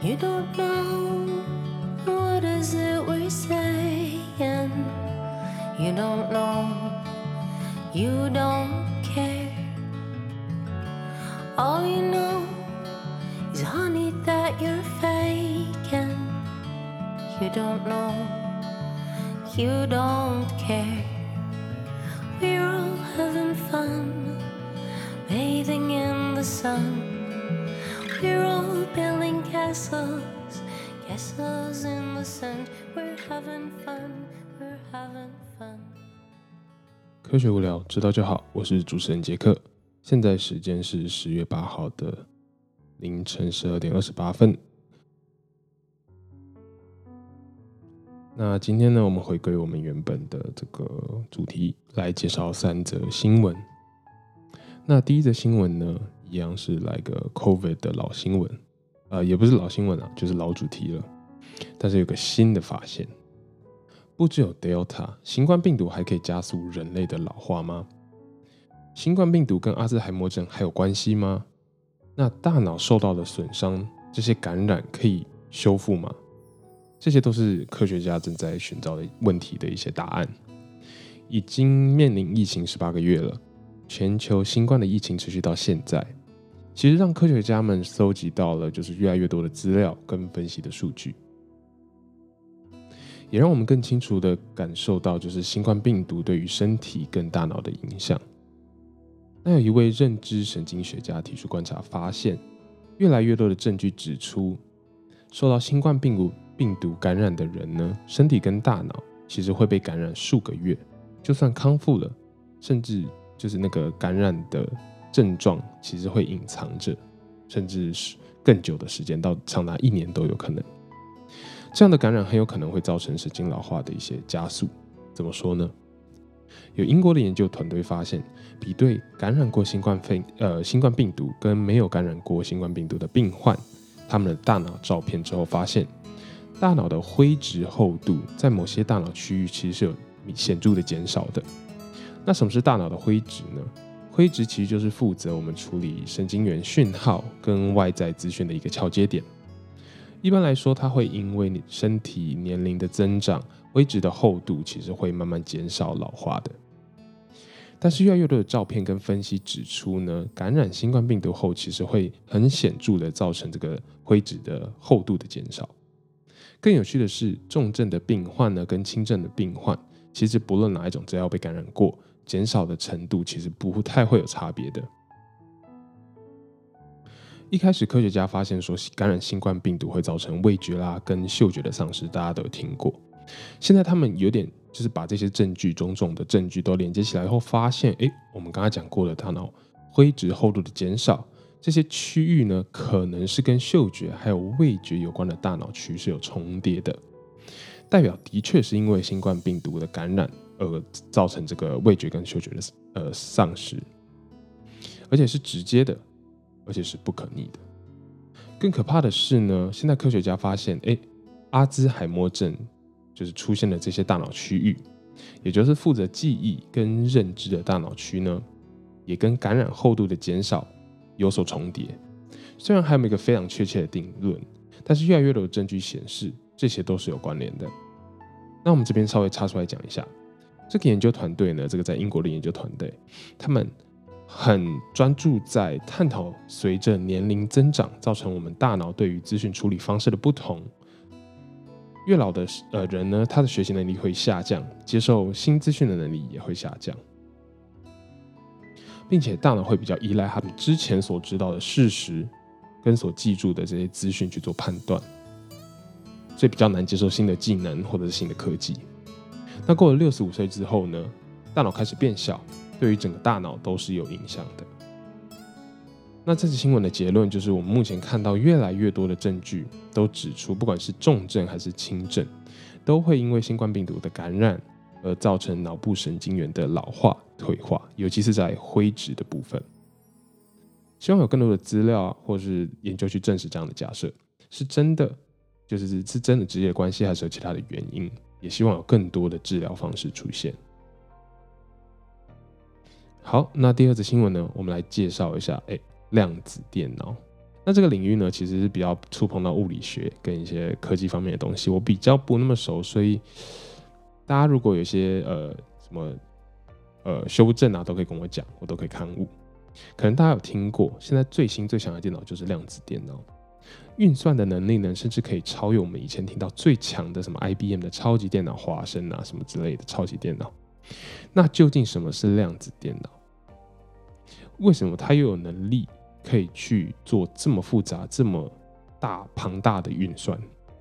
You don't know what is it we're saying. You don't know, you don't care. All you know is honey that you're faking. You don't know, you don't care. We're all having fun, bathing in the sun. We're all building castles, castles in the sand. We're having fun, we're having fun. 科学无聊，知道就好。我是主持人杰克，现在时间是10月8号的凌晨12点28分。那今天呢，我们回归我们原本的这个主题，来介绍3则新闻。那第一则新闻呢，一样是来个 COVID 的老新闻，也不是老新闻啊，就是老主题了。但是有个新的发现，不只有 Delta 新冠病毒还可以加速人类的老化吗？新冠病毒跟阿兹海默症还有关系吗？那大脑受到的损伤，这些感染可以修复吗？这些都是科学家正在寻找的问题的一些答案。已经面临疫情18个月了，全球新冠的疫情持续到现在，其实让科学家们搜集到了就是越来越多的资料跟分析的数据，也让我们更清楚的感受到就是新冠病毒对于身体跟大脑的影响。那有一位认知神经学家提出观察，发现越来越多的证据指出，受到新冠病毒感染的人呢，身体跟大脑其实会被感染数个月，就算康复了，甚至就是那个感染的症状其实会隐藏着，甚至是更久的时间，到长达1年都有可能。这样的感染很有可能会造成神经老化的一些加速。怎么说呢？有英国的研究团队发现，比对感染过新冠病毒跟没有感染过新冠病毒的病患，他们的大脑照片之后发现，大脑的灰质厚度在某些大脑区域其实是有显著的减少的。那什么是大脑的灰质呢？灰质其实就是负责我们处理神经元讯号跟外在资讯的一个桥接点。一般来说，它会因为你身体年龄的增长，灰质的厚度其实会慢慢减少老化的。但是越来越多的照片跟分析指出呢，感染新冠病毒后其实会很显著的造成这个灰质的厚度的减少。更有趣的是，重症的病患呢跟轻症的病患，其实不论哪一种，只要被感染过，减少的程度其实不太会有差别的。一开始科学家发现说，感染新冠病毒会造成味觉啦跟嗅觉的丧失，大家都有听过。现在他们有点就是把这些证据种种的证据都连接起来后，发现我们刚才讲过的大脑灰质厚度的减少，这些区域呢可能是跟嗅觉还有味觉有关的大脑区是有重叠的，代表的确是因为新冠病毒的感染而造成这个味觉跟嗅觉的丧失，而且是直接的，而且是不可逆的。更可怕的是呢，现在科学家发现，阿兹海默症就是出现了这些大脑区域，也就是负责记忆跟认知的大脑区呢，也跟感染厚度的减少有所重叠。虽然还没有一个非常确切的定论，但是越来越多的证据显示，这些都是有关联的。那我们这边稍微插出来讲一下，这个研究团队呢，这个在英国的研究团队，他们很专注在探讨随着年龄增长造成我们大脑对于资讯处理方式的不同。越老的人呢，他的学习能力会下降，接受新资讯的能力也会下降，并且大脑会比较依赖他们之前所知道的事实跟所记住的这些资讯去做判断，所以比较难接受新的技能或者是新的科技。那过了65岁之后呢，大脑开始变小，对于整个大脑都是有影响的。那这次新闻的结论就是，我们目前看到越来越多的证据都指出，不管是重症还是轻症，都会因为新冠病毒的感染而造成脑部神经元的老化、退化，尤其是在灰质的部分。希望有更多的资料或是研究去证实这样的假设是真的，是真的直接的关系，还是有其他的原因。也希望有更多的治疗方式出现。好，那第二则新闻呢，我们来介绍一下量子电脑。 那这个领域呢，其实是比较触碰到物理学跟一些科技方面的东西，我比较不那么熟，所以大家如果有一些什么修正啊，都可以跟我讲，我都可以勘误。可能大家有听过，现在最新最强的电脑就是量子电脑，运算的能力呢，甚至可以超越我们以前听到最强的什么 IBM 的超级电脑、华生啊什么之类的超级电脑。那究竟什么是量子电脑？为什么它又有能力可以去做这么复杂、这么庞大的运算？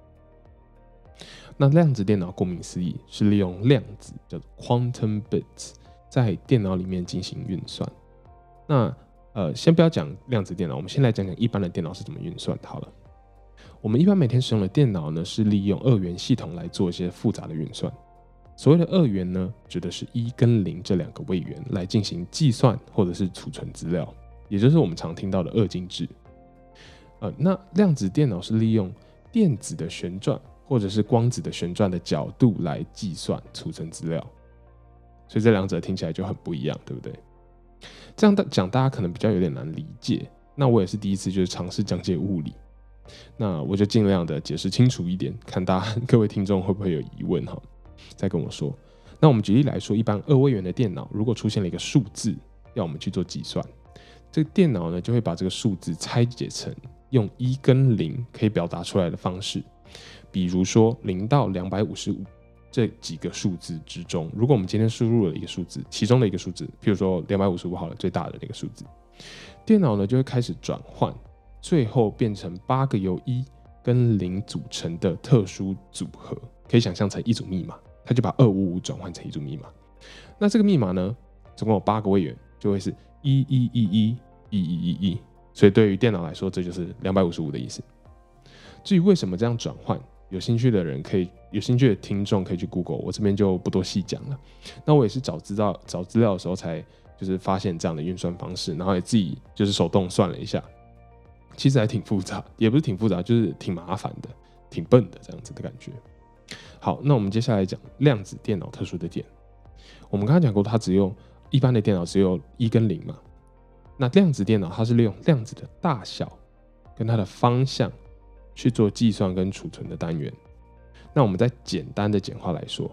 那量子电脑顾名思义是利用量子叫做 quantum bits 在电脑里面进行运算。那先不要讲量子电脑，我们先来讲讲一般的电脑是怎么运算好了。我们一般每天使用的电脑呢，是利用二元系统来做一些复杂的运算。所谓的二元呢，指的是1跟0这2个位元来进行计算或者是储存资料，也就是我们常听到的二进制。那量子电脑是利用电子的旋转或者是光子的旋转的角度来计算储存资料，所以这两者听起来就很不一样，对不对？这样讲大家可能比较有点难理解，那我也是第一次就是尝试讲解物理，那我就尽量的解释清楚一点，看各位听众会不会有疑问哈，再跟我说。那我们举例来说，一般2位元的电脑如果出现了一个数字要我们去做计算，这个电脑呢就会把这个数字拆解成用1跟0可以表达出来的方式，比如说0到255这几个数字之中，如果我们今天输入了一个数字，其中的一个数字，譬如说255好了，最大的那个数字，电脑呢就会开始转换，最后变成8个由1跟0组成的特殊组合，可以想象成一组密码，它就把255转换成一组密码。那这个密码呢，总共有8个位元，就会是11111111，所以对于电脑来说，这就是255的意思。至于为什么这样转换，有兴趣的听众可以去 Google， 我这边就不多细讲了。那我也是找资料的时候才就是发现这样的运算方式，然后也自己就是手动算了一下，其实还挺复杂，也不是挺复杂，就是挺麻烦的，挺笨的这样子的感觉。好，那我们接下来讲量子电脑特殊的点。我们刚刚讲过，它一般的电脑只有1跟0嘛，那量子电脑它是利用量子的大小跟它的方向去做计算跟储存的单元。那我们再简单的简化来说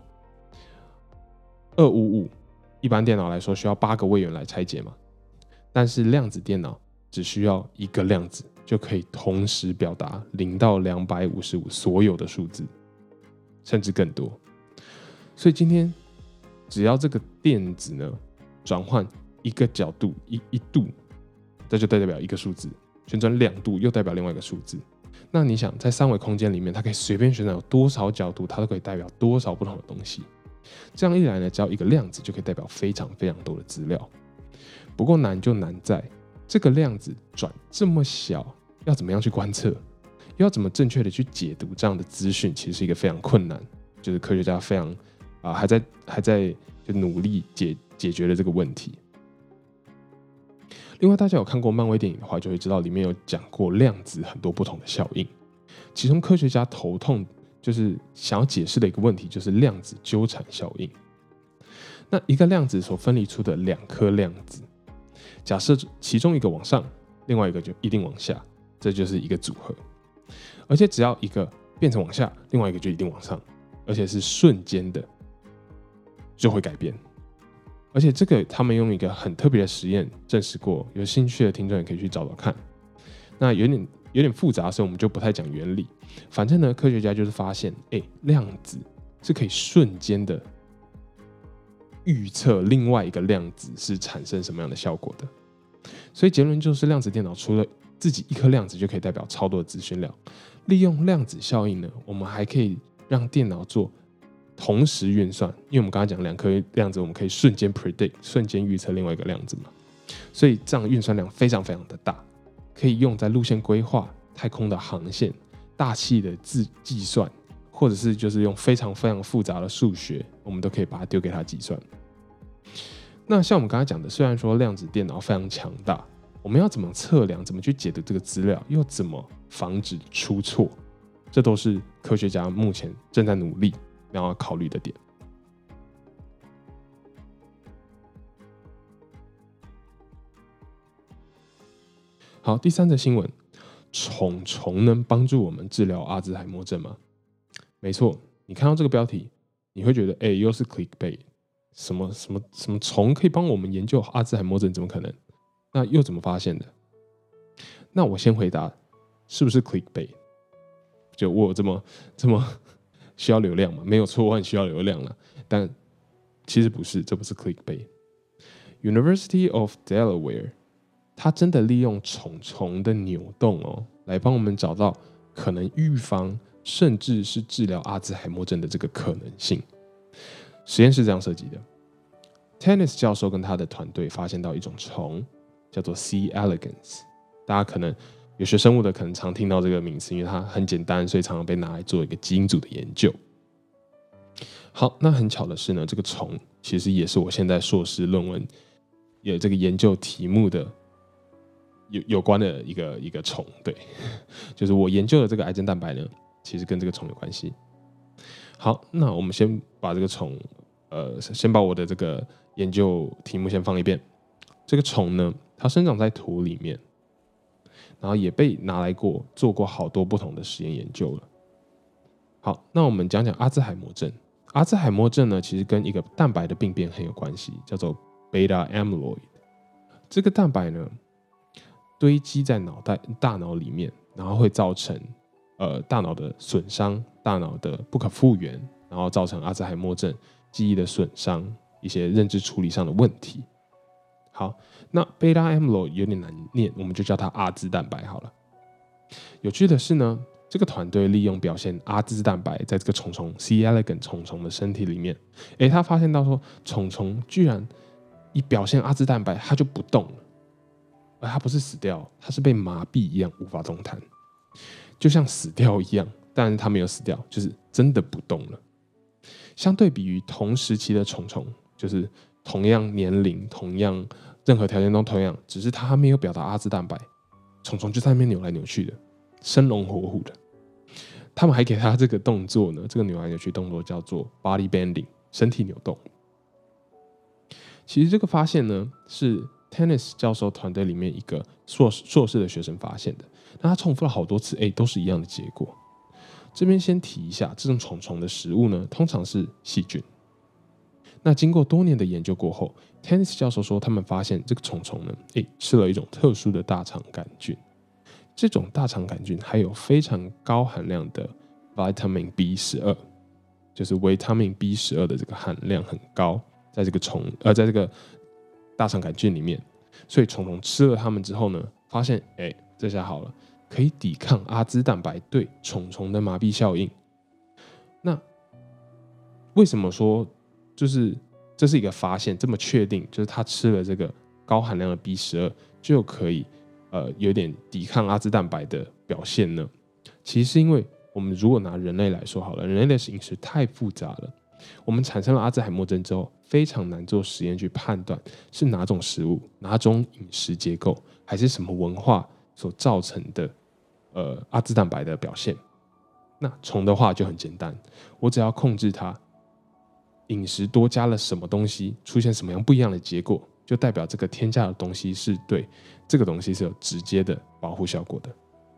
，255一般电脑来说需要8个位元来拆解嘛，但是量子电脑只需要1个量子就可以同时表达0到255所有的数字，甚至更多。所以今天只要这个电子呢转换一个角度一度，这就代表一个数字，旋转2度又代表另外一个数字。那你想，在3维空间里面，它可以随便旋转有多少角度，它都可以代表多少不同的东西。这样一来呢，只要一个量子就可以代表非常非常多的资料。不过难就难在这个量子转这么小，要怎么样去观测，又要怎么正确的去解读这样的资讯，其实是一个非常困难，就是科学家非常还在就努力解决了这个问题。另外，大家有看过漫威电影的话，就会知道里面有讲过量子很多不同的效应。其中科学家头痛就是想要解释的一个问题，就是量子纠缠效应。那一个量子所分离出的2颗量子，假设其中一个往上，另外一个就一定往下，这就是一个组合。而且只要一个变成往下，另外一个就一定往上，而且是瞬间的，就会改变。而且这个他们用一个很特别的实验证实过，有兴趣的听众也可以去找找看。那有点复杂，所以我们就不太讲原理。反正呢，科学家就是发现，量子是可以瞬间的预测另外一个量子是产生什么样的效果的。所以结论就是，量子电脑除了自己一颗量子就可以代表超多的资讯量，利用量子效应呢，我们还可以让电脑做同时运算，因为我们刚刚讲2颗量子，我们可以瞬间 predict， 瞬间预测另外一个量子嘛，所以这样的运算量非常非常的大，可以用在路线规划、太空的航线、大气的计算，或者是就是用非常非常复杂的数学，我们都可以把它丢给它计算。那像我们刚才讲的，虽然说量子电脑非常强大，我们要怎么测量、怎么去解读这个资料，又怎么防止出错，这都是科学家目前正在努力然后考虑的点。好，第3则新闻， 虫能帮助我们治疗阿兹海默症吗？没错，你看到这个标题，你会觉得，又是 clickbait， 什么虫可以帮我们研究阿兹海默症？怎么可能？那又怎么发现的？那我先回答，是不是 clickbait？ 就我有这么需要流量吗？没有错，我很需要流量了，但其实不是，这不是 clickbait。University of Delaware， 它真的利用虫的扭动来帮我们找到可能预防甚至是治疗阿兹海默症的这个可能性。实验是这样设计的 ：Tennis 教授跟他的团队发现到一种虫，叫做 C. elegans。大家可能有学生物的，可能常听到这个名词，因为它很简单，所以常常被拿来做一个基因组的研究。好，那很巧的是呢，这个虫其实也是我现在硕士论文有这个研究题目的有关的一个虫，对，就是我研究的这个癌症蛋白呢，其实跟这个虫有关系。好，那我们先把这个虫，先把我的这个研究题目先放一遍。这个虫呢，它生长在土里面，然后也被拿来做过好多不同的实验研究了。好，那我们讲讲阿兹海默症。阿兹海默症呢，其实跟一个蛋白的病变很有关系，叫做 beta amyloid。这个蛋白呢，堆积在大脑里面，然后会造成大脑的损伤、大脑的不可复原，然后造成阿兹海默症、记忆的损伤、一些认知处理上的问题。好，那 beta amyloid 有点难念，我们就叫它阿兹蛋白好了。有趣的是呢，这个团队利用表现阿兹蛋白在这个虫 C. elegans 虫的身体里面，他发现到说虫居然一表现阿兹蛋白，它就不动了，而它不是死掉，它是被麻痹一样无法动弹，就像死掉一样，但是它没有死掉，就是真的不动了。相对比于同时期的虫，就是同样年龄、同样任何条件都同样，只是它没有表达阿兹蛋白，虫就在那边扭来扭去的，生龙活虎的。他们还给他这个动作呢，这个扭来扭去动作叫做 body bending， 身体扭动。其实这个发现呢，是 Tennis 教授团队里面一个硕士的学生发现的。那他重复了好多次，都是一样的结果。这边先提一下，这种虫的食物呢，通常是细菌。那经过多年的研究过后 ，Tennis 教授说，他们发现这个虫呢，吃了一种特殊的大肠杆菌。这种大肠杆菌还有非常高含量的 vitamin B12， 就是维他命 B12 的这个含量很高，在这个在这个大肠杆菌里面，所以虫吃了它们之后呢，发现这下好了，可以抵抗阿兹蛋白对虫的麻痹效应。那为什么说就是这是一个发现这么确定，就是他吃了这个高含量的 B12 就可以有点抵抗阿兹蛋白的表现呢？其实是因为我们如果拿人类来说好了，人类的饮食太复杂了，我们产生了阿兹海默症之后，非常难做实验去判断是哪种食物、哪种饮食结构，还是什么文化所造成的阿兹蛋白的表现。那虫的话就很简单，我只要控制它饮食多加了什么东西，出现什么样不一样的结果，就代表这个添加的东西是对这个东西是有直接的保护效果的。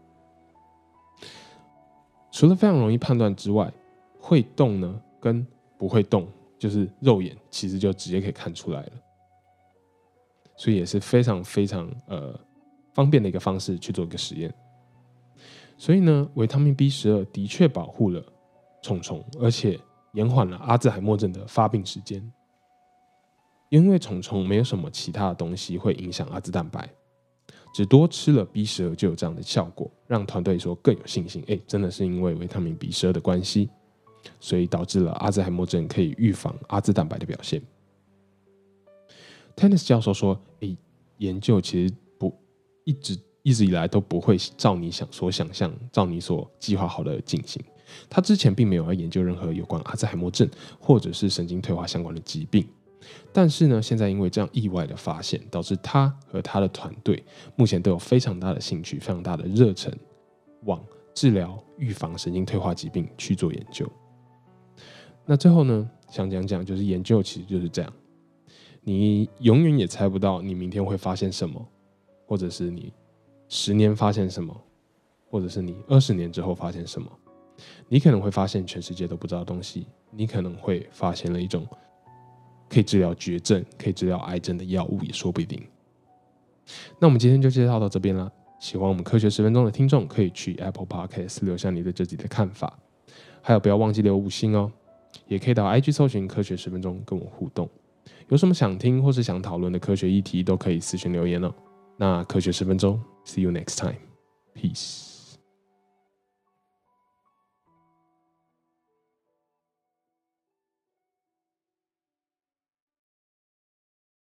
除了非常容易判断之外，会动呢跟不会动，就是肉眼其实就直接可以看出来了，所以也是非常非常方便的一个方式去做一个实验。所以呢，维他命 B12 的确保护了虫，而且延缓了阿兹海默症的发病时间。因为虫没有什么其他的东西会影响阿兹蛋白，只多吃了 B12 就有这样的效果，让团队说更有信心，真的是因为维他命 B12 的关系，所以导致了阿兹海默症可以预防阿兹蛋白的表现。Tennis 教授说，研究其实一直以来都不会照你所想象、照你所计划好的进行。他之前并没有要研究任何有关阿兹海默症或者是神经退化相关的疾病。但是呢，现在因为这样意外的发现，导致他和他的团队目前都有非常大的兴趣、非常大的热忱，往治疗、预防神经退化疾病去做研究。那最后呢，想讲就是研究其实就是这样，你永远也猜不到你明天会发现什么，或者是你10年发现什么或者是你20年之后发现什么。你可能会发现全世界都不知道的东西，你可能会发现了一种可以治疗绝症、可以治疗癌症的药物，也说不一定。那我们今天就介绍到这边啦。喜欢我们科学10分钟的听众，可以去 Apple Podcast 留下你对这集的看法，还有不要忘记留5星哦。也可以到 IG 搜寻科学10分钟跟我互动，有什么想听或是想讨论的科学议题，都可以私讯留言哦。那科学10分钟 ，See you next time，peace。